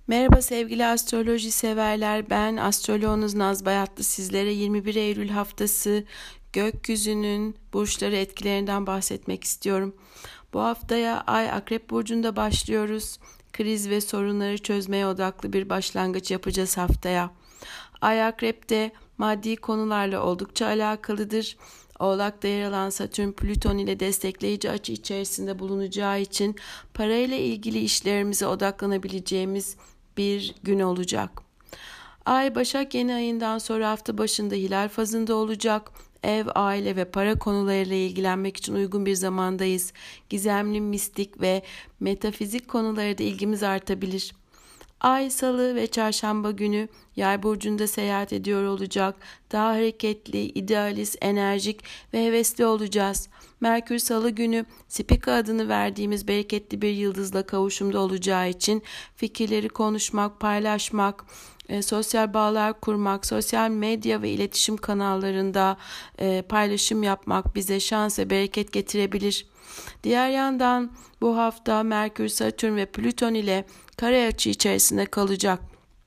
Merhaba sevgili astroloji severler. Ben astroloğunuz Naz Bayatlı. Sizlere 21 Eylül haftası gökyüzünün burçları etkilerinden bahsetmek istiyorum. Bu haftaya Ay Akrep Burcu'nda başlıyoruz. Kriz ve sorunları çözmeye odaklı bir başlangıç yapacağız haftaya. Ay Akrep'te maddi konularla oldukça alakalıdır. Oğlak'ta yer alan Satürn Plüton ile destekleyici açı içerisinde bulunacağı için parayla ilgili işlerimize odaklanabileceğimiz bir gün olacak. Ay Başak yeni ayından sonra hafta başında hilal fazında olacak. Ev, aile ve para konularıyla ilgilenmek için uygun bir zamandayız. Gizemli, mistik ve metafizik konulara da ilgimiz artabilir. Ay Salı ve Çarşamba günü Yay burcunda seyahat ediyor olacak. Daha hareketli, idealist, enerjik ve hevesli olacağız. Merkür Salı günü Spika adını verdiğimiz bereketli bir yıldızla kavuşumda olacağı için fikirleri konuşmak, paylaşmak, sosyal bağlar kurmak, sosyal medya ve iletişim kanallarında paylaşım yapmak bize şans ve bereket getirebilir. Diğer yandan bu hafta Merkür, Satürn ve Plüton ile kare açı içerisinde kalacak.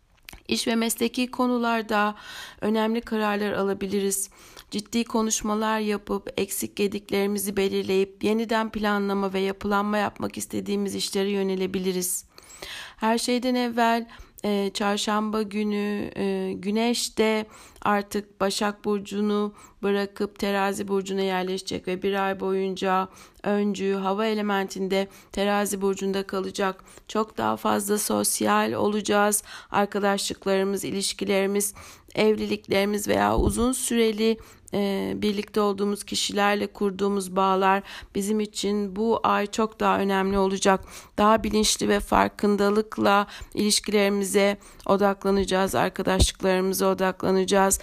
İş ve mesleki konularda önemli kararlar alabiliriz. Ciddi konuşmalar yapıp eksik gediklerimizi belirleyip yeniden planlama ve yapılanma yapmak istediğimiz işlere yönelebiliriz. Her şeyden evvel çarşamba günü Güneş de artık Başak Burcu'nu bırakıp Terazi Burcu'na yerleşecek ve bir ay boyunca öncü hava elementinde Terazi Burcu'nda kalacak. Çok daha fazla sosyal olacağız. Arkadaşlıklarımız, ilişkilerimiz, evliliklerimiz veya uzun süreli birlikte olduğumuz kişilerle kurduğumuz bağlar bizim için bu ay çok daha önemli olacak. Daha bilinçli ve farkındalıkla ilişkilerimize odaklanacağız, arkadaşlıklarımıza odaklanacağız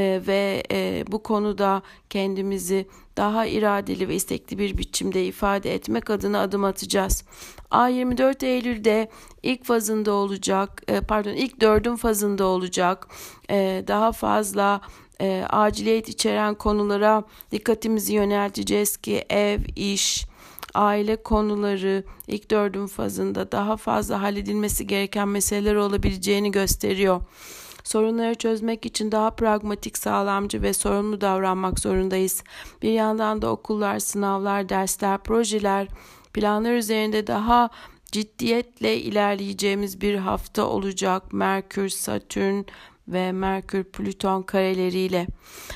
ve bu konuda kendimizi daha iradeli ve istekli bir biçimde ifade etmek adına adım atacağız. Ay 24 Eylül'de ilk fazında olacak, ilk dördün fazında olacak. Daha fazla aciliyet içeren konulara dikkatimizi yönelteceğiz ki ev, iş, aile konuları ilk dördün fazında daha fazla halledilmesi gereken meseleler olabileceğini gösteriyor. Sorunları çözmek için daha pragmatik, sağlamcı ve sorumlu davranmak zorundayız. Bir yandan da okullar, sınavlar, dersler, projeler, planlar üzerinde daha ciddiyetle ilerleyeceğimiz bir hafta olacak. Merkür, Satürn ve Merkür Plüton kareleriyle.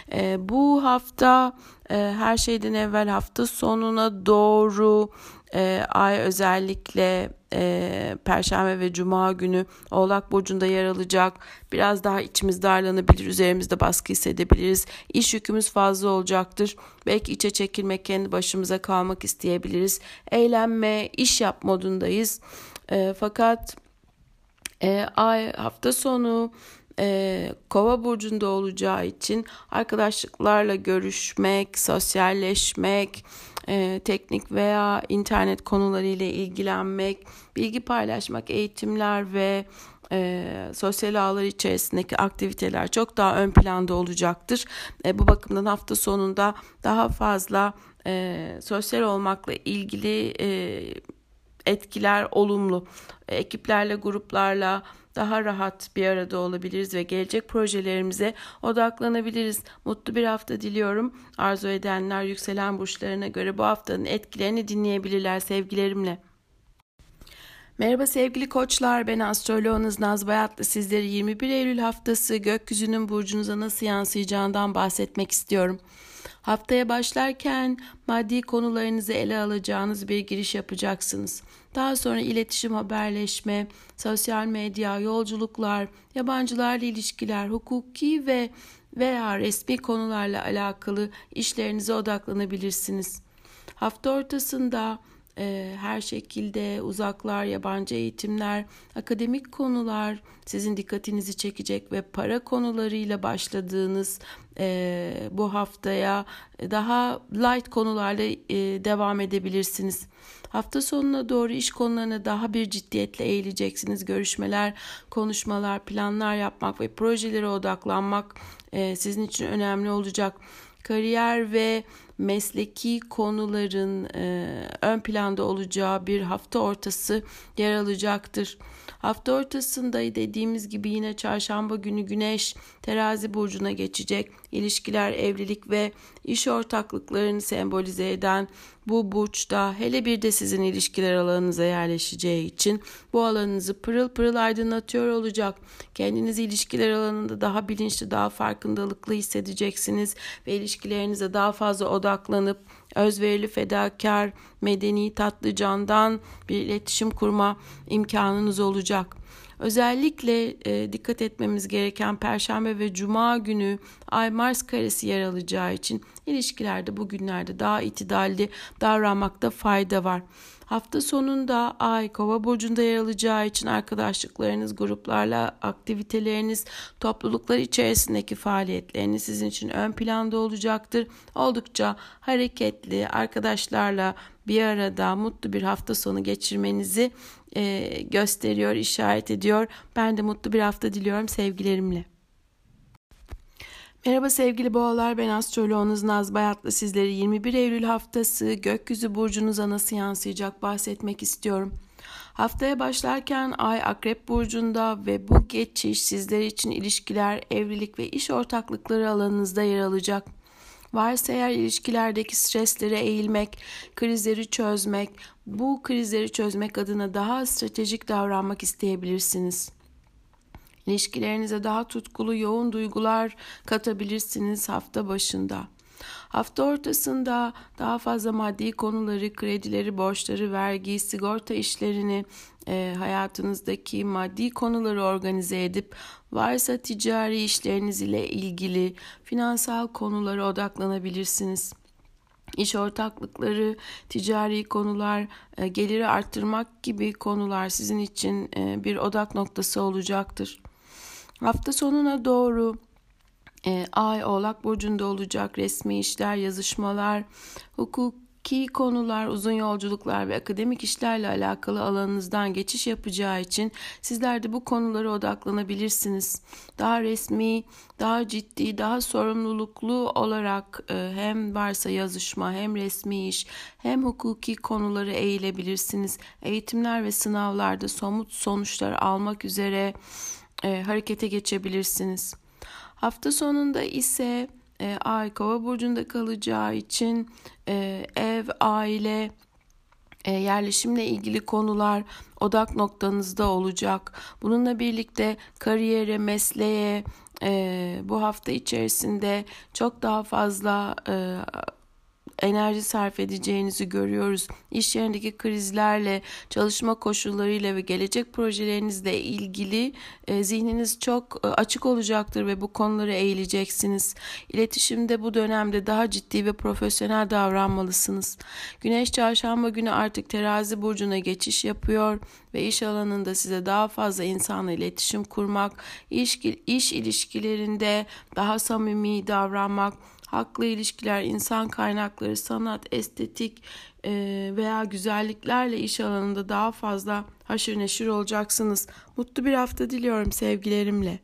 Bu hafta her şeyden evvel hafta sonuna doğru Ay özellikle Perşembe ve Cuma günü Oğlak Burcu'nda yer alacak. Biraz daha içimiz darlanabilir, üzerimizde baskı hissedebiliriz. İş yükümüz fazla olacaktır. Belki içe çekilmek, kendi başımıza kalmak isteyebiliriz. Eğlenme, iş yap modundayız. Fakat Ay hafta sonu Kova burcunda olacağı için arkadaşlıklarla görüşmek, sosyalleşmek, teknik veya internet konularıyla ilgilenmek, bilgi paylaşmak, eğitimler ve sosyal ağlar içerisindeki aktiviteler çok daha ön planda olacaktır. Bu bakımdan hafta sonunda daha fazla sosyal olmakla ilgili etkiler olumlu. Ekiplerle, gruplarla daha rahat bir arada olabiliriz ve gelecek projelerimize odaklanabiliriz. Mutlu bir hafta diliyorum. Arzu edenler yükselen burçlarına göre bu haftanın etkilerini dinleyebilirler sevgilerimle. Merhaba sevgili koçlar, ben astroloğunuz Naz Bayatlı. Sizlere 21 Eylül haftası gökyüzünün burcunuza nasıl yansıyacağından bahsetmek istiyorum. Haftaya başlarken maddi konularınızı ele alacağınız bir giriş yapacaksınız. Daha sonra iletişim, haberleşme, sosyal medya, yolculuklar, yabancılarla ilişkiler, hukuki veya resmi konularla alakalı işlerinize odaklanabilirsiniz. Hafta ortasında her şekilde uzaklar, yabancı eğitimler, akademik konular sizin dikkatinizi çekecek ve para konularıyla başladığınız bu haftaya daha light konularla devam edebilirsiniz. Hafta sonuna doğru iş konularına daha bir ciddiyetle eğileceksiniz. Görüşmeler, konuşmalar, planlar yapmak ve projelere odaklanmak sizin için önemli olacak. Kariyer ve mesleki konuların ön planda olacağı bir hafta ortası yer alacaktır. Hafta ortasında dediğimiz gibi yine çarşamba günü Güneş Terazi burcuna geçecek. İlişkiler, evlilik ve iş ortaklıklarını sembolize eden bu burçta, hele bir de sizin ilişkiler alanınıza yerleşeceği için bu alanınızı pırıl pırıl aydınlatıyor olacak. Kendinizi ilişkiler alanında daha bilinçli, daha farkındalıklı hissedeceksiniz ve ilişkilerinize daha fazla odaklanıp özverili, fedakar, medeni, tatlı, candan bir iletişim kurma imkanınız olacak. Özellikle dikkat etmemiz gereken Perşembe ve Cuma günü Ay Mars karesi yer alacağı için ilişkilerde bugünlerde daha itidalli davranmakta fayda var. Hafta sonunda Ay Kova burcunda yer alacağı için arkadaşlıklarınız, gruplarla aktiviteleriniz, topluluklar içerisindeki faaliyetleriniz sizin için ön planda olacaktır. Oldukça hareketli, arkadaşlarla bir arada mutlu bir hafta sonu geçirmenizi gösteriyor, işaret ediyor. Ben de mutlu bir hafta diliyorum sevgilerimle. Merhaba sevgili boğalar, ben astroloğunuz Naz Bayatlı. Sizleri 21 Eylül haftası gökyüzü burcunuza nasıl yansıyacak bahsetmek istiyorum. Haftaya başlarken Ay Akrep burcunda ve bu geçiş sizler için ilişkiler, evlilik ve iş ortaklıkları alanınızda yer alacak. Varsa eğer ilişkilerdeki streslere eğilmek, krizleri çözmek, bu krizleri çözmek adına daha stratejik davranmak isteyebilirsiniz. İlişkilerinize daha tutkulu, yoğun duygular katabilirsiniz hafta başında. Hafta ortasında daha fazla maddi konuları, kredileri, borçları, vergi, sigorta işlerini, hayatınızdaki maddi konuları organize edip varsa ticari işleriniz ile ilgili finansal konulara odaklanabilirsiniz. İş ortaklıkları, ticari konular, geliri arttırmak gibi konular sizin için bir odak noktası olacaktır. Hafta sonuna doğru Ay Oğlak burcunda olacak. Resmi işler, yazışmalar, hukuki konular, uzun yolculuklar ve akademik işlerle alakalı alanınızdan geçiş yapacağı için sizler de bu konulara odaklanabilirsiniz. Daha resmi, daha ciddi, daha sorumluluklu olarak hem varsa yazışma, hem resmi iş, hem hukuki konuları eğilebilirsiniz. Eğitimler ve sınavlarda somut sonuçlar almak üzere harekete geçebilirsiniz. Hafta sonunda ise Ay Kova burcunda kalacağı için ev, aile, yerleşimle ilgili konular odak noktanızda olacak. Bununla birlikte kariyere, mesleğe bu hafta içerisinde çok daha fazla enerji sarf edeceğinizi görüyoruz. İş yerindeki krizlerle, çalışma koşullarıyla ve gelecek projelerinizle ilgili zihniniz çok açık olacaktır ve bu konulara eğileceksiniz. İletişimde bu dönemde daha ciddi ve profesyonel davranmalısınız. Güneş çarşamba günü artık Terazi burcuna geçiş yapıyor ve iş alanında size daha fazla insanla iletişim kurmak, iş ilişkilerinde daha samimi davranmak, haklı ilişkiler, insan kaynakları, sanat, estetik veya güzelliklerle iş alanında daha fazla haşır neşir olacaksınız. Mutlu bir hafta diliyorum sevgilerimle.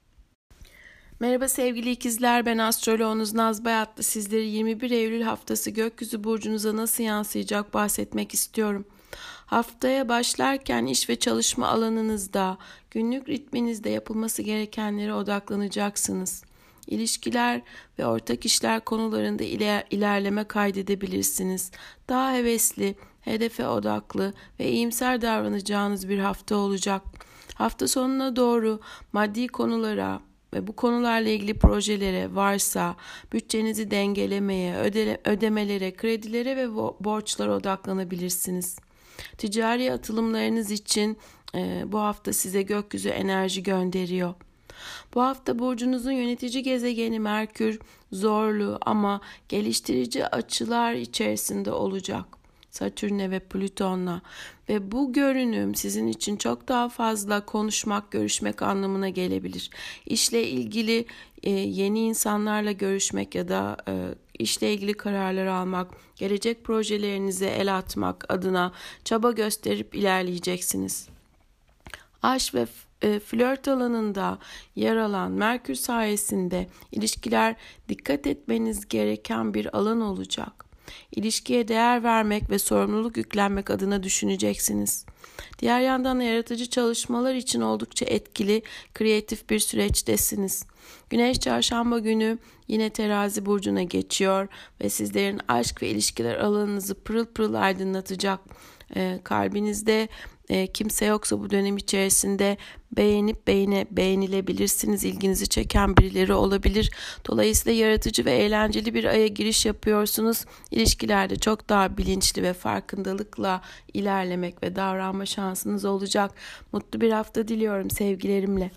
Merhaba sevgili ikizler, ben astroloğunuz Naz Bayatlı. Sizleri 21 Eylül haftası gökyüzü burcunuza nasıl yansıyacak bahsetmek istiyorum. Haftaya başlarken iş ve çalışma alanınızda, günlük ritminizde yapılması gerekenlere odaklanacaksınız. İlişkiler ve ortak işler konularında ilerleme kaydedebilirsiniz. Daha hevesli, hedefe odaklı ve iyimser davranacağınız bir hafta olacak. Hafta sonuna doğru maddi konulara ve bu konularla ilgili projelere varsa bütçenizi dengelemeye, ödemelere, kredilere ve borçlara odaklanabilirsiniz. Ticari atılımlarınız için bu hafta size gökyüzü enerji gönderiyor. Bu hafta burcunuzun yönetici gezegeni Merkür zorlu ama geliştirici açılar içerisinde olacak. Satürn'e ve Plüton'la ve bu görünüm sizin için çok daha fazla konuşmak, görüşmek anlamına gelebilir. İşle ilgili yeni insanlarla görüşmek ya da işle ilgili kararlar almak, gelecek projelerinize el atmak adına çaba gösterip ilerleyeceksiniz. Aşk ve flört alanında yer alan Merkür sayesinde ilişkiler dikkat etmeniz gereken bir alan olacak. İlişkiye değer vermek ve sorumluluk yüklenmek adına düşüneceksiniz. Diğer yandan yaratıcı çalışmalar için oldukça etkili, kreatif bir süreçtesiniz. Güneş çarşamba günü yine Terazi burcuna geçiyor ve sizlerin aşk ve ilişkiler alanınızı pırıl pırıl aydınlatacak. Kalbinizde kimse yoksa bu dönem içerisinde beğenilebilirsiniz. İlginizi çeken birileri olabilir. Dolayısıyla yaratıcı ve eğlenceli bir aya giriş yapıyorsunuz. İlişkilerde çok daha bilinçli ve farkındalıkla ilerlemek ve davranma şansınız olacak. Mutlu bir hafta diliyorum sevgilerimle.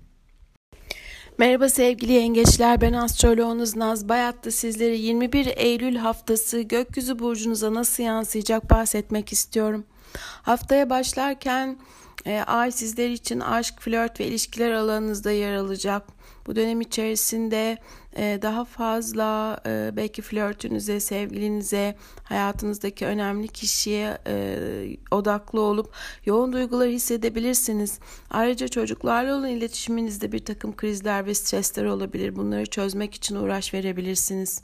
Merhaba sevgili yengeçler, ben astroloğunuz Naz Bayatlı. Sizlere 21 Eylül haftası gökyüzü burcunuza nasıl yansıyacak bahsetmek istiyorum. Haftaya başlarken ay sizler için aşk, flört ve ilişkiler alanınızda yer alacak. Bu dönem içerisinde daha fazla belki flörtünüze, sevgilinize, hayatınızdaki önemli kişiye odaklı olup yoğun duygular hissedebilirsiniz. Ayrıca çocuklarla olan iletişiminizde bir takım krizler ve stresler olabilir. Bunları çözmek için uğraş verebilirsiniz.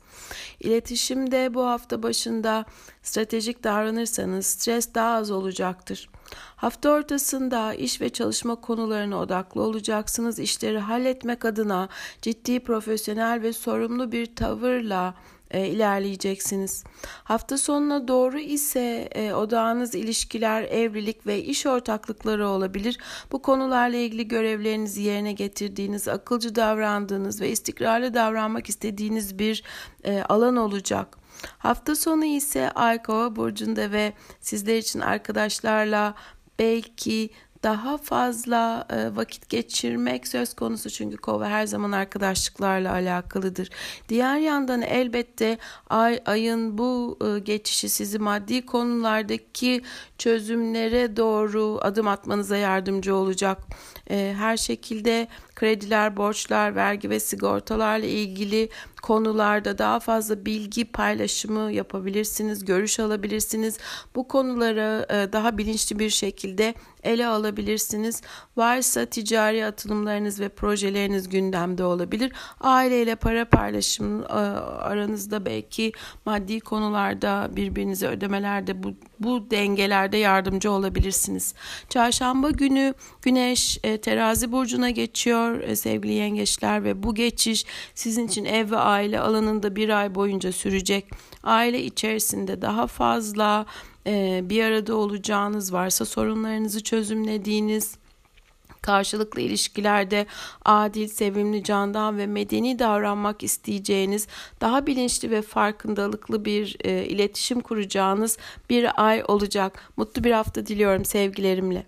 İletişimde bu hafta başında stratejik davranırsanız stres daha az olacaktır. Hafta ortasında iş ve çalışma konularına odaklı olacaksınız. İşleri halletmek adına ciddi, profesyonel ve sorumlu bir tavırla ilerleyeceksiniz. Hafta sonuna doğru ise odağınız ilişkiler, evlilik ve iş ortaklıkları olabilir. Bu konularla ilgili görevlerinizi yerine getirdiğiniz, akılcı davrandığınız ve istikrarlı davranmak istediğiniz bir alan olacak. Hafta sonu ise Ay Kova burcunda ve sizler için arkadaşlarla belki daha fazla vakit geçirmek söz konusu, çünkü Kova her zaman arkadaşlıklarla alakalıdır. Diğer yandan elbette ayın bu geçişi sizi maddi konulardaki çözümlere doğru adım atmanıza yardımcı olacak. Her şekilde krediler, borçlar, vergi ve sigortalarla ilgili konularda daha fazla bilgi paylaşımı yapabilirsiniz, görüş alabilirsiniz. Bu konuları daha bilinçli bir şekilde ele alabilirsiniz. Varsa ticari atılımlarınız ve projeleriniz gündemde olabilir. Aileyle para paylaşımı aranızda belki maddi konularda birbirinize ödemelerde bu dengelerde yardımcı olabilirsiniz. Çarşamba günü Güneş Terazi burcuna geçiyor sevgili yengeçler ve bu geçiş sizin için ev ve aile alanında bir ay boyunca sürecek. Aile içerisinde daha fazla bir arada olacağınız, varsa sorunlarınızı çözümlediğiniz, karşılıklı ilişkilerde adil, sevimli, candan ve medeni davranmak isteyeceğiniz, daha bilinçli ve farkındalıklı bir iletişim kuracağınız bir ay olacak. Mutlu bir hafta diliyorum sevgilerimle.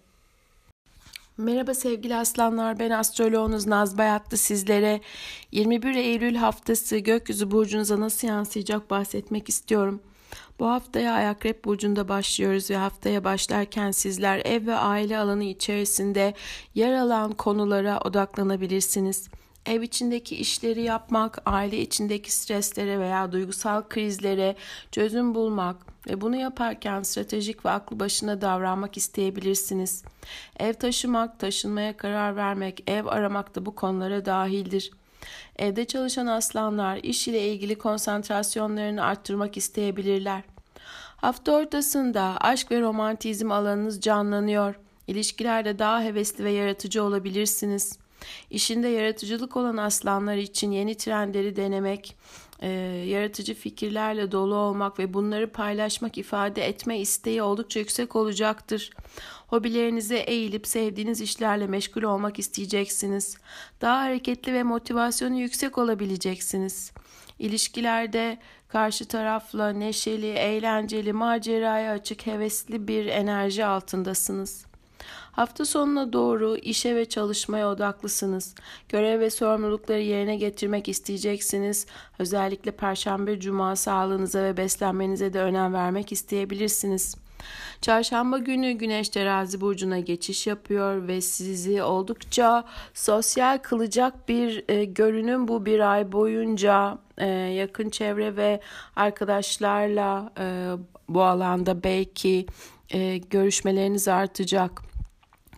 Merhaba sevgili aslanlar, ben astroloğunuz Naz Bayatlı. Sizlere 21 Eylül haftası gökyüzü burcunuza nasıl yansıyacak bahsetmek istiyorum. Bu haftaya Akrep burcunda başlıyoruz ve haftaya başlarken sizler ev ve aile alanı içerisinde yer alan konulara odaklanabilirsiniz. Ev içindeki işleri yapmak, aile içindeki streslere veya duygusal krizlere çözüm bulmak ve bunu yaparken stratejik ve aklı başına davranmak isteyebilirsiniz. Ev taşımak, taşınmaya karar vermek, ev aramak da bu konulara dahildir. Evde çalışan aslanlar iş ile ilgili konsantrasyonlarını arttırmak isteyebilirler. Hafta ortasında aşk ve romantizm alanınız canlanıyor. İlişkilerde daha hevesli ve yaratıcı olabilirsiniz. İşinde yaratıcılık olan aslanlar için yeni trendleri denemek, yaratıcı fikirlerle dolu olmak ve bunları paylaşmak, ifade etme isteği oldukça yüksek olacaktır. Hobilerinize eğilip sevdiğiniz işlerle meşgul olmak isteyeceksiniz. Daha hareketli ve motivasyonu yüksek olabileceksiniz. İlişkilerde karşı tarafla neşeli, eğlenceli, maceraya açık, hevesli bir enerji altındasınız. Hafta sonuna doğru işe ve çalışmaya odaklısınız. Görev ve sorumlulukları yerine getirmek isteyeceksiniz. Özellikle Perşembe, Cuma sağlığınıza ve beslenmenize de önem vermek isteyebilirsiniz. Çarşamba günü Güneş Terazi burcuna geçiş yapıyor ve sizi oldukça sosyal kılacak bir görünüm bu bir ay boyunca. Yakın çevre ve arkadaşlarla bu alanda belki görüşmeleriniz artacak.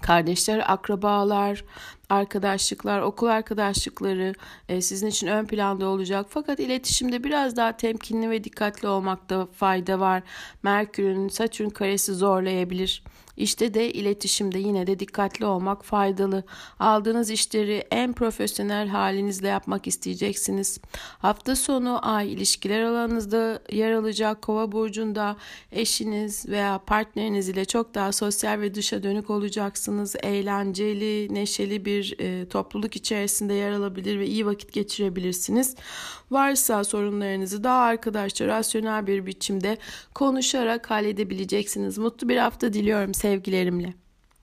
Kardeşler, akrabalar, arkadaşlıklar, okul arkadaşlıkları sizin için ön planda olacak. Fakat iletişimde biraz daha temkinli ve dikkatli olmakta fayda var. Merkür'ün Satürn karesi zorlayabilir. İşte de iletişimde yine de dikkatli olmak faydalı. Aldığınız işleri en profesyonel halinizle yapmak isteyeceksiniz. Hafta sonu ay ilişkiler alanınızda yer alacak. Kova burcunda eşiniz veya partneriniz ile çok daha sosyal ve dışa dönük olacaksınız. Eğlenceli, neşeli bir topluluk içerisinde yer alabilir ve iyi vakit geçirebilirsiniz. Varsa sorunlarınızı daha arkadaşça rasyonel bir biçimde konuşarak halledebileceksiniz. Mutlu bir hafta diliyorum sevgilerimle.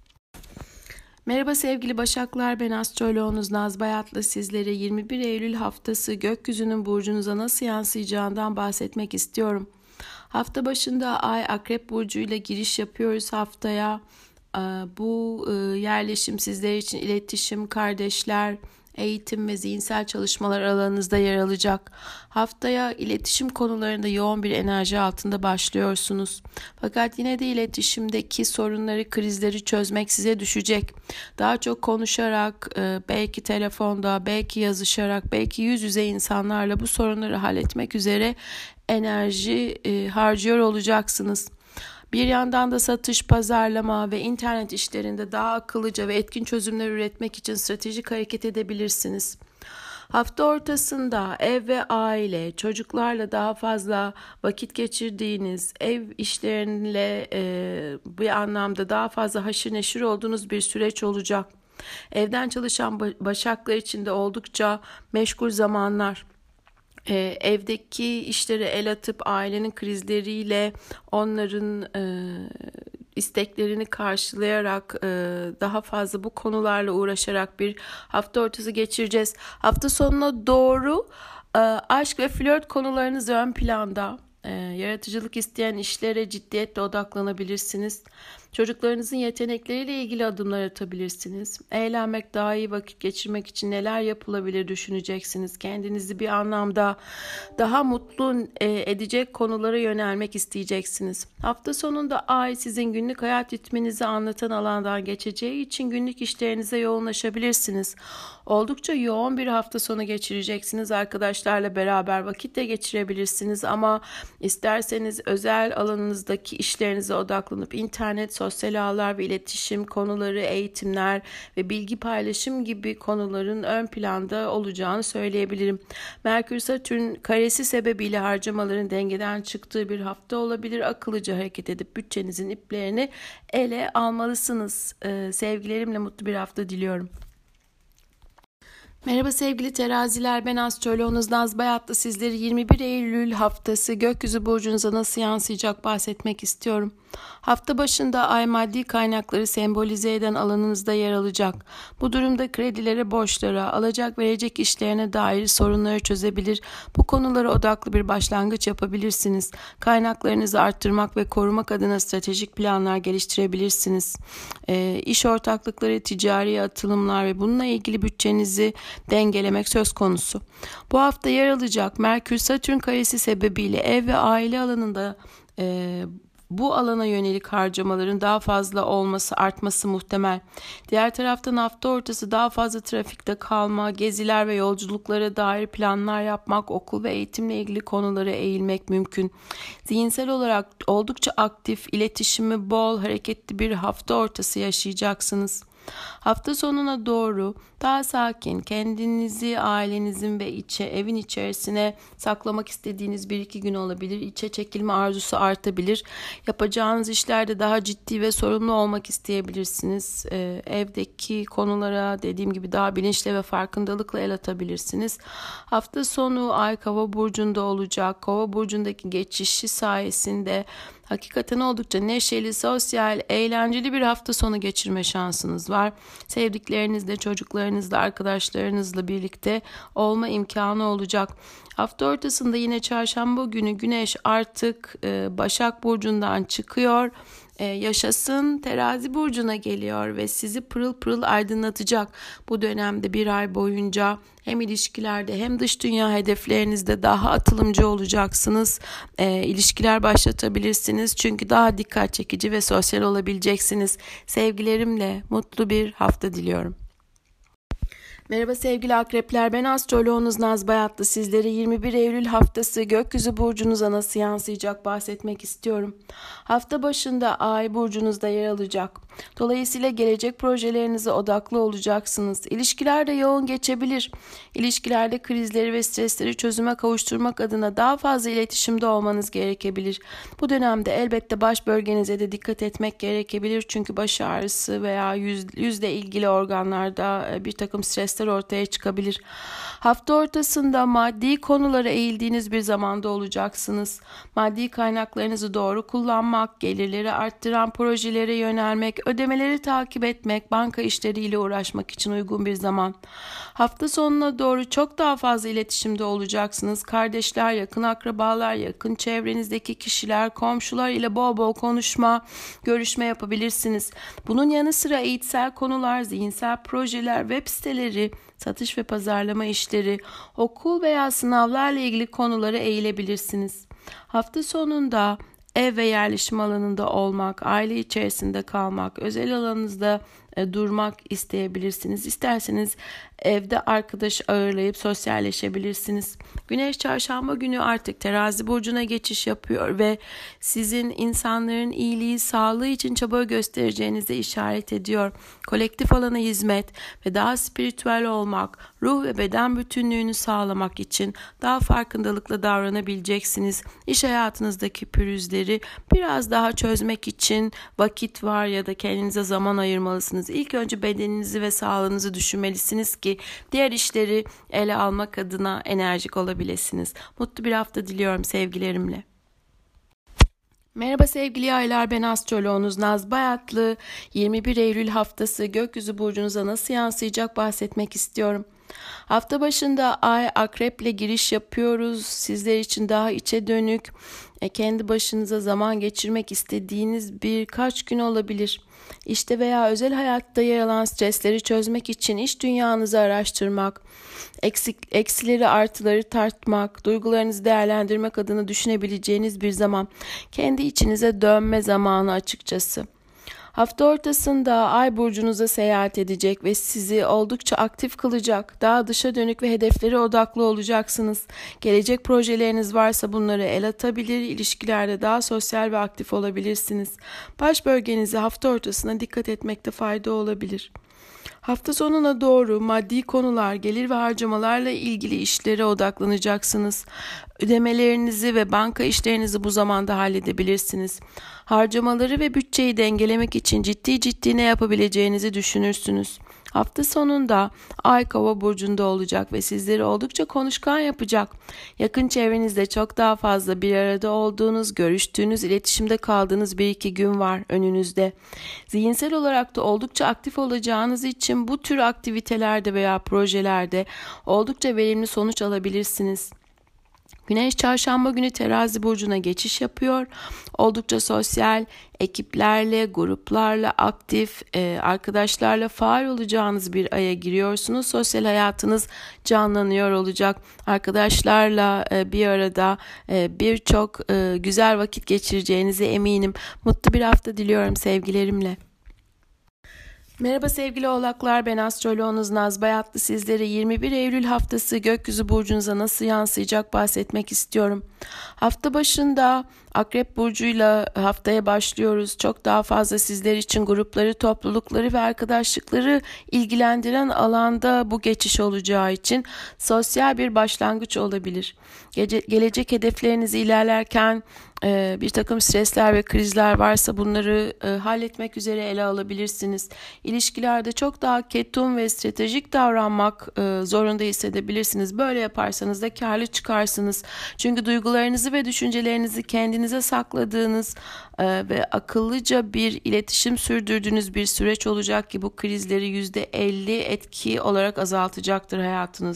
Merhaba sevgili Başaklar, ben astroloğunuz Naz Bayatlı. Sizlere 21 Eylül haftası gökyüzünün burcunuza nasıl yansıyacağından bahsetmek istiyorum. Hafta başında Ay Akrep burcuyla giriş yapıyoruz haftaya. Bu yerleşim sizler için iletişim, kardeşler, eğitim ve zihinsel çalışmalar alanınızda yer alacak. Haftaya iletişim konularında yoğun bir enerji altında başlıyorsunuz. Fakat yine de iletişimdeki sorunları, krizleri çözmek size düşecek. Daha çok konuşarak, belki telefonda, belki yazışarak, belki yüz yüze insanlarla bu sorunları halletmek üzere enerji harcıyor olacaksınız. Bir yandan da satış, pazarlama ve internet işlerinde daha akıllıca ve etkin çözümler üretmek için stratejik hareket edebilirsiniz. Hafta ortasında ev ve aile, çocuklarla daha fazla vakit geçirdiğiniz, ev işleriyle bir anlamda daha fazla haşır neşir olduğunuz bir süreç olacak. Evden çalışan başaklar için de oldukça meşgul zamanlar. Evdeki işlere el atıp ailenin krizleriyle onların isteklerini karşılayarak daha fazla bu konularla uğraşarak bir hafta ortası geçireceğiz. Hafta sonuna doğru aşk ve flört konularınız ön planda. Yaratıcılık isteyen işlere ciddiyetle odaklanabilirsiniz. Çocuklarınızın yetenekleriyle ilgili adımlar atabilirsiniz. Eğlenmek, daha iyi vakit geçirmek için neler yapılabilir düşüneceksiniz. Kendinizi bir anlamda daha mutlu edecek konulara yönelmek isteyeceksiniz. Hafta sonunda Ay sizin günlük hayat ritminizi anlatan alandan geçeceği için günlük işlerinize yoğunlaşabilirsiniz. Oldukça yoğun bir hafta sonu geçireceksiniz. Arkadaşlarla beraber vakit de geçirebilirsiniz ama isterseniz özel alanınızdaki işlerinize odaklanıp internet, sosyal ağlar ve iletişim konuları, eğitimler ve bilgi paylaşım gibi konuların ön planda olacağını söyleyebilirim. Merkür-Satürn karesi sebebiyle harcamaların dengeden çıktığı bir hafta olabilir. Akıllıca hareket edip bütçenizin iplerini ele almalısınız. Sevgilerimle mutlu bir hafta diliyorum. Merhaba sevgili teraziler, ben astroloğunuz Naz Bayatlı. Sizleri 21 Eylül haftası gökyüzü burcunuza nasıl yansıyacak bahsetmek istiyorum. Hafta başında Ay maddi kaynakları sembolize eden alanınızda yer alacak. Bu durumda kredilere, borçlara, alacak verecek işlerine dair sorunları çözebilir. Bu konulara odaklı bir başlangıç yapabilirsiniz. Kaynaklarınızı arttırmak ve korumak adına stratejik planlar geliştirebilirsiniz. İş ortaklıkları, ticari atılımlar ve bununla ilgili bütçenizi dengelemek söz konusu. Bu hafta yer alacak Merkür-Satürn karesi sebebiyle ev ve aile alanında bu alana yönelik harcamaların daha fazla artması muhtemel. Diğer taraftan hafta ortası daha fazla trafikte kalma, geziler ve yolculuklara dair planlar yapmak, okul ve eğitimle ilgili konulara eğilmek mümkün. Zihinsel olarak oldukça aktif, iletişimi bol, hareketli bir hafta ortası yaşayacaksınız. Hafta sonuna doğru daha sakin, kendinizi ailenizin ve evin içerisine saklamak istediğiniz 1-2 gün olabilir. İçe çekilme arzusu artabilir. Yapacağınız işlerde daha ciddi ve sorumlu olmak isteyebilirsiniz. Evdeki konulara dediğim gibi daha bilinçli ve farkındalıkla el atabilirsiniz. Hafta sonu Ay Kova burcunda olacak. Kova burcundaki geçişi sayesinde hakikaten oldukça neşeli, sosyal, eğlenceli bir hafta sonu geçirme şansınız var. Sevdiklerinizle, çocuklarınızla, arkadaşlarınızla birlikte olma imkanı olacak. Hafta ortasında yine çarşamba günü Güneş artık Başak Burcu'ndan çıkıyor. Yaşasın Terazi burcuna geliyor ve sizi pırıl pırıl aydınlatacak. Bu dönemde bir ay boyunca hem ilişkilerde hem dış dünya hedeflerinizde daha atılımcı olacaksınız. İlişkiler başlatabilirsiniz çünkü daha dikkat çekici ve sosyal olabileceksiniz. Sevgilerimle mutlu bir hafta diliyorum. Merhaba sevgili akrepler, ben astroloğunuz Naz Bayatlı. Sizlere 21 Eylül haftası gökyüzü burcunuza nasıl yansıyacak bahsetmek istiyorum. Hafta başında Ay burcunuzda yer alacak. Dolayısıyla gelecek projelerinize odaklı olacaksınız. İlişkiler de yoğun geçebilir. İlişkilerde krizleri ve stresleri çözüme kavuşturmak adına daha fazla iletişimde olmanız gerekebilir. Bu dönemde elbette baş bölgenize de dikkat etmek gerekebilir. Çünkü baş ağrısı veya yüzle ilgili organlarda bir takım stresler ortaya çıkabilir. Hafta ortasında maddi konulara eğildiğiniz bir zamanda olacaksınız. Maddi kaynaklarınızı doğru kullanmak, gelirleri arttıran projelere yönelmek, ödemeleri takip etmek, banka işleriyle uğraşmak için uygun bir zaman. Hafta sonuna doğru çok daha fazla iletişimde olacaksınız. Kardeşler, yakın akrabalar, yakın çevrenizdeki kişiler, komşular ile bol bol konuşma, görüşme yapabilirsiniz. Bunun yanı sıra eğitsel konular, zihinsel projeler, web siteleri, satış ve pazarlama işleri, okul veya sınavlarla ilgili konulara eğilebilirsiniz. Hafta sonunda ev ve yerleşim alanında olmak, aile içerisinde kalmak, özel alanınızda durmak isteyebilirsiniz. İsterseniz evde arkadaş ağırlayıp sosyalleşebilirsiniz. Güneş çarşamba günü artık Terazi burcuna geçiş yapıyor ve sizin insanların iyiliği, sağlığı için çaba göstereceğinize işaret ediyor. Kolektif alana hizmet ve daha spiritüel olmak, ruh ve beden bütünlüğünü sağlamak için daha farkındalıkla davranabileceksiniz. İş hayatınızdaki pürüzleri biraz daha çözmek için vakit var ya da kendinize zaman ayırmalısınız. İlk önce bedeninizi ve sağlığınızı düşünmelisiniz ki diğer işleri ele almak adına enerjik olabilirsiniz. Mutlu bir hafta diliyorum sevgilerimle. Merhaba sevgili yaylar, ben astroloğunuz Naz Bayatlı. 21 Eylül haftası gökyüzü burcunuza nasıl yansıyacak bahsetmek istiyorum. Hafta başında Ay Akrep'le giriş yapıyoruz. Sizler için daha içe dönük, kendi başınıza zaman geçirmek istediğiniz birkaç gün olabilir. İşte veya özel hayatta yer alan stresleri çözmek için iç dünyanızı araştırmak, eksileri artıları tartmak, duygularınızı değerlendirmek adına düşünebileceğiniz bir zaman. Kendi içinize dönme zamanı açıkçası. Hafta ortasında Ay burcunuza seyahat edecek ve sizi oldukça aktif kılacak. Daha dışa dönük ve hedeflere odaklı olacaksınız. Gelecek projeleriniz varsa bunları el atabilir, ilişkilerde daha sosyal ve aktif olabilirsiniz. Baş bölgenize hafta ortasına dikkat etmekte fayda olabilir. Hafta sonuna doğru maddi konular, gelir ve harcamalarla ilgili işlere odaklanacaksınız. Ödemelerinizi ve banka işlerinizi bu zamanda halledebilirsiniz. Harcamaları ve bütçeyi dengelemek için ciddi ne yapabileceğinizi düşünürsünüz. Hafta sonunda Ay Kova burcunda olacak ve sizleri oldukça konuşkan yapacak. Yakın çevrenizde çok daha fazla bir arada olduğunuz, görüştüğünüz, iletişimde kaldığınız 1-2 gün var önünüzde. Zihinsel olarak da oldukça aktif olacağınız için bu tür aktivitelerde veya projelerde oldukça verimli sonuç alabilirsiniz. Güneş çarşamba günü Terazi burcuna geçiş yapıyor. Oldukça sosyal, ekiplerle, gruplarla aktif, arkadaşlarla faal olacağınız bir aya giriyorsunuz. Sosyal hayatınız canlanıyor olacak. Arkadaşlarla bir arada birçok güzel vakit geçireceğinize eminim. Mutlu bir hafta diliyorum sevgilerimle. Merhaba sevgili oğlaklar, ben astroloğunuz Naz Bayatlı. Sizlere 21 Eylül haftası gökyüzü burcunuza nasıl yansıyacak bahsetmek istiyorum. Hafta başında Akrep burcuyla haftaya başlıyoruz. Çok daha fazla sizler için grupları, toplulukları ve arkadaşlıkları ilgilendiren alanda bu geçiş olacağı için sosyal bir başlangıç olabilir. Gelecek hedeflerinizi ilerlerken bir takım stresler ve krizler varsa bunları halletmek üzere ele alabilirsiniz. İlişkilerde çok daha ketum ve stratejik davranmak zorunda hissedebilirsiniz. Böyle yaparsanız da karlı çıkarsınız. Çünkü duygularınızı ve düşüncelerinizi kendinize sakladığınız ve akıllıca bir iletişim sürdürdüğünüz bir süreç olacak ki bu krizleri %50 etki olarak azaltacaktır hayatınızda.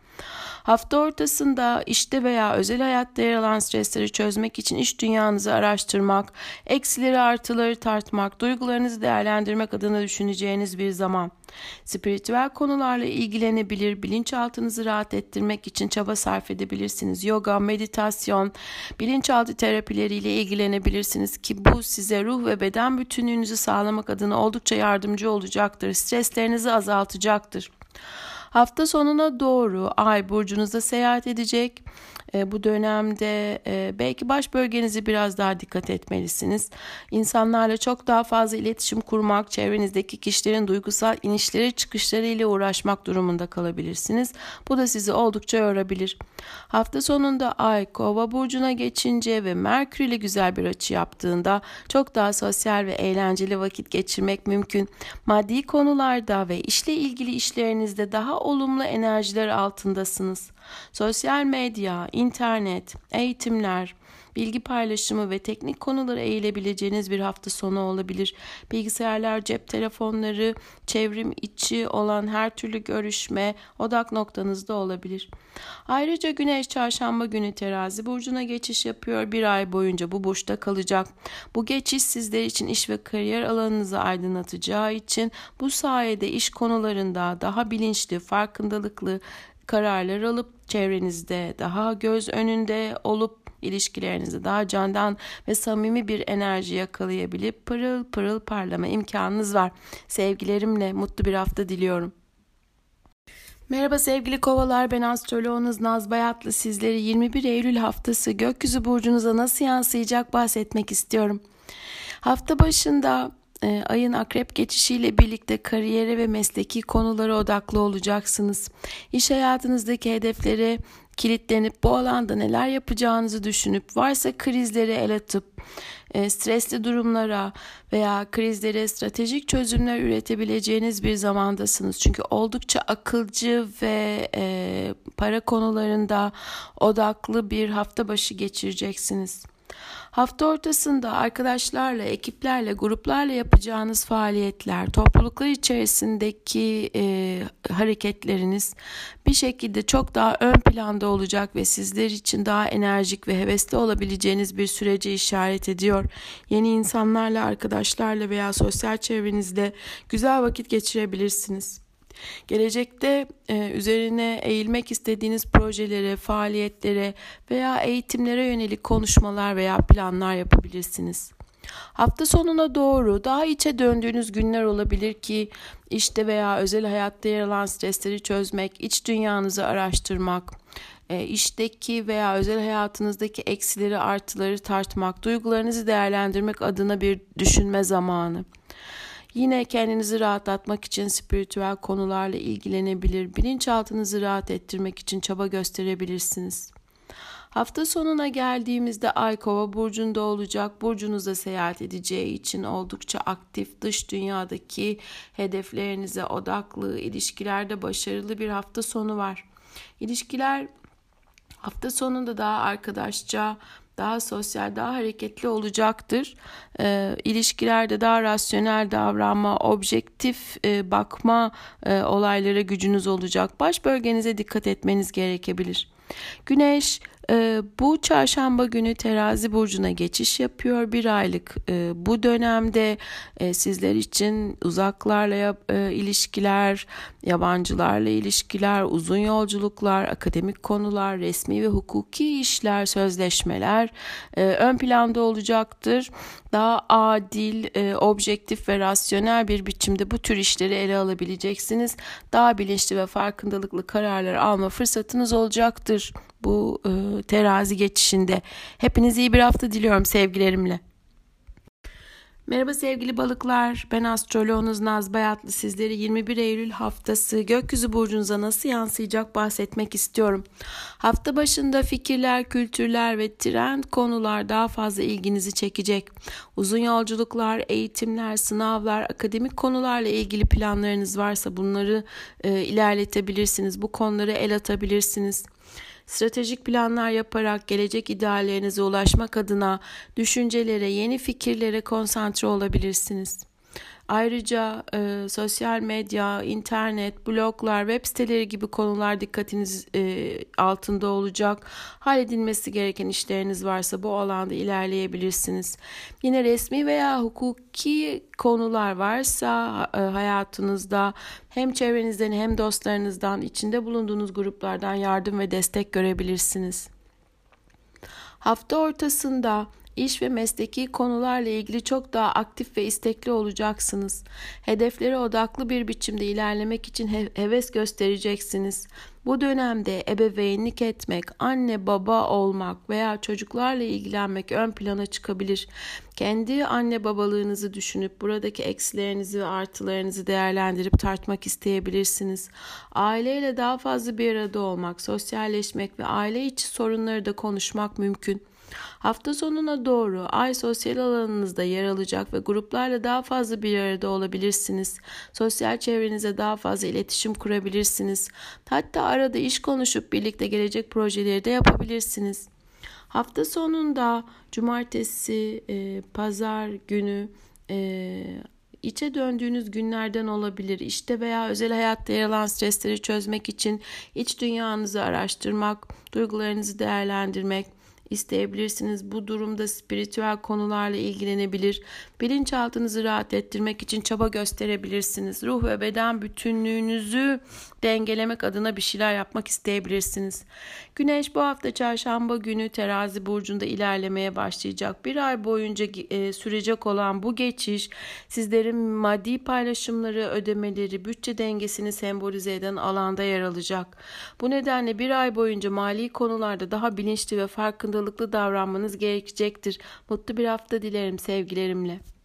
Hafta ortasında işte veya özel hayatta yer alan stresleri çözmek için iç dünyanızı araştırmak, eksileri artıları tartmak, duygularınızı değerlendirmek adına düşüneceğiniz bir zaman. Spiritüel konularla ilgilenebilir, bilinçaltınızı rahat ettirmek için çaba sarf edebilirsiniz. Yoga, meditasyon, bilinçaltı terapileriyle ilgilenebilirsiniz ki bu size ruh ve beden bütünlüğünüzü sağlamak adına oldukça yardımcı olacaktır. Streslerinizi azaltacaktır. Hafta sonuna doğru Ay burcunuzda seyahat edecek. Bu dönemde belki baş bölgenize biraz daha dikkat etmelisiniz. İnsanlarla çok daha fazla iletişim kurmak, çevrenizdeki kişilerin duygusal inişleri çıkışları ile uğraşmak durumunda kalabilirsiniz. Bu da sizi oldukça yorabilir. Hafta sonunda Ay Kova burcuna geçince ve Merkür ile güzel bir açı yaptığında çok daha sosyal ve eğlenceli vakit geçirmek mümkün. Maddi konularda ve işle ilgili işlerinizde daha olumlu enerjiler altındasınız. Sosyal medya, internet, eğitimler, bilgi paylaşımı ve teknik konulara eğilebileceğiniz bir hafta sonu olabilir. Bilgisayarlar, cep telefonları, çevrim içi olan her türlü görüşme odak noktanızda olabilir. Ayrıca Güneş çarşamba günü Terazi burcuna geçiş yapıyor. Bir ay boyunca bu burçta kalacak. Bu geçiş sizler için iş ve kariyer alanınızı aydınlatacağı için bu sayede iş konularında daha bilinçli, farkındalıklı kararlar alıp çevrenizde daha göz önünde olup ilişkilerinizde daha candan ve samimi bir enerji yakalayabilip pırıl pırıl parlama imkanınız var. Sevgilerimle mutlu bir hafta diliyorum. Merhaba sevgili kovalar, ben astroloğunuz Naz Bayatlı. Sizleri 21 Eylül haftası gökyüzü burcunuza nasıl yansıyacak bahsetmek istiyorum. Hafta başında ayın akrep geçişiyle birlikte kariyere ve mesleki konulara odaklı olacaksınız. İş hayatınızdaki hedeflere kilitlenip bu alanda neler yapacağınızı düşünüp varsa krizlere el atıp stresli durumlara veya krizlere stratejik çözümler üretebileceğiniz bir zamandasınız. Çünkü oldukça akılcı ve para konularında odaklı bir hafta başı geçireceksiniz. Hafta ortasında arkadaşlarla, ekiplerle, gruplarla yapacağınız faaliyetler, topluluklar içerisindeki hareketleriniz bir şekilde çok daha ön planda olacak ve sizler için daha enerjik ve hevesli olabileceğiniz bir sürece işaret ediyor. Yeni insanlarla, arkadaşlarla veya sosyal çevrenizde güzel vakit geçirebilirsiniz. Gelecekte üzerine eğilmek istediğiniz projelere, faaliyetlere veya eğitimlere yönelik konuşmalar veya planlar yapabilirsiniz. Hafta sonuna doğru daha içe döndüğünüz günler olabilir ki işte veya özel hayatta yer alan stresleri çözmek, iç dünyanızı araştırmak, işteki veya özel hayatınızdaki eksileri artıları tartmak, duygularınızı değerlendirmek adına bir düşünme zamanı. Yine kendinizi rahatlatmak için spiritüel konularla ilgilenebilir, bilinçaltınızı rahat ettirmek için çaba gösterebilirsiniz. Hafta sonuna geldiğimizde Ay Kova burcunda olacak. Burcunuzda seyahat edeceği için oldukça aktif, dış dünyadaki hedeflerinize odaklı, ilişkilerde başarılı bir hafta sonu var. İlişkiler hafta sonunda daha arkadaşça, daha sosyal, daha hareketli olacaktır. İlişkilerde daha rasyonel davranma, objektif bakma olaylara gücünüz olacak. Baş bölgenize dikkat etmeniz gerekebilir. Güneş bu çarşamba günü Terazi burcuna geçiş yapıyor. Bir aylık bu dönemde sizler için uzaklarla ilişkiler, yabancılarla ilişkiler, uzun yolculuklar, akademik konular, resmi ve hukuki işler, sözleşmeler ön planda olacaktır. Daha adil, objektif ve rasyonel bir biçimde bu tür işleri ele alabileceksiniz. Daha bilinçli ve farkındalıklı kararlar alma fırsatınız olacaktır bu terazi geçişinde. Hepinize iyi bir hafta diliyorum sevgilerimle. Merhaba sevgili balıklar, ben astroloğunuz Naz Bayatlı. Sizleri 21 Eylül haftası gökyüzü burcunuza nasıl yansıyacak bahsetmek istiyorum. Hafta başında fikirler, kültürler ve trend konular daha fazla ilginizi çekecek. Uzun yolculuklar, eğitimler, sınavlar, akademik konularla ilgili planlarınız varsa bunları ilerletebilirsiniz. Bu konulara el atabilirsiniz. Stratejik planlar yaparak gelecek ideallerinize ulaşmak adına düşüncelere, yeni fikirlere konsantre olabilirsiniz. Ayrıca sosyal medya, internet, bloglar, web siteleri gibi konular dikkatiniz altında olacak. Halledilmesi gereken işleriniz varsa bu alanda ilerleyebilirsiniz. Yine resmi veya hukuki konular varsa hayatınızda hem çevrenizden hem dostlarınızdan, içinde bulunduğunuz gruplardan yardım ve destek görebilirsiniz. Hafta ortasında İş ve mesleki konularla ilgili çok daha aktif ve istekli olacaksınız. Hedeflere odaklı bir biçimde ilerlemek için heves göstereceksiniz. Bu dönemde ebeveynlik etmek, anne baba olmak veya çocuklarla ilgilenmek ön plana çıkabilir. Kendi anne babalığınızı düşünüp buradaki eksilerinizi ve artılarınızı değerlendirip tartmak isteyebilirsiniz. Aileyle daha fazla bir arada olmak, sosyalleşmek ve aile içi sorunları da konuşmak mümkün. Hafta sonuna doğru ay sosyal alanınızda yer alacak ve gruplarla daha fazla bir arada olabilirsiniz. Sosyal çevrenize daha fazla iletişim kurabilirsiniz. Hatta arada iş konuşup birlikte gelecek projeleri de yapabilirsiniz. Hafta sonunda cumartesi, pazar günü içe döndüğünüz günlerden olabilir. İşte veya özel hayatta yer alan stresleri çözmek için iç dünyanızı araştırmak, duygularınızı değerlendirmek isteyebilirsiniz. Bu durumda spiritüel konularla ilgilenebilir. Bilinçaltınızı rahat ettirmek için çaba gösterebilirsiniz. Ruh ve beden bütünlüğünüzü dengelemek adına bir şeyler yapmak isteyebilirsiniz. Güneş bu hafta çarşamba günü Terazi burcunda ilerlemeye başlayacak. Bir ay boyunca sürecek olan bu geçiş sizlerin maddi paylaşımları, ödemeleri, bütçe dengesini sembolize eden alanda yer alacak. Bu nedenle bir ay boyunca mali konularda daha bilinçli ve farkındalıklı davranmanız gerekecektir. Mutlu bir hafta dilerim sevgilerimle.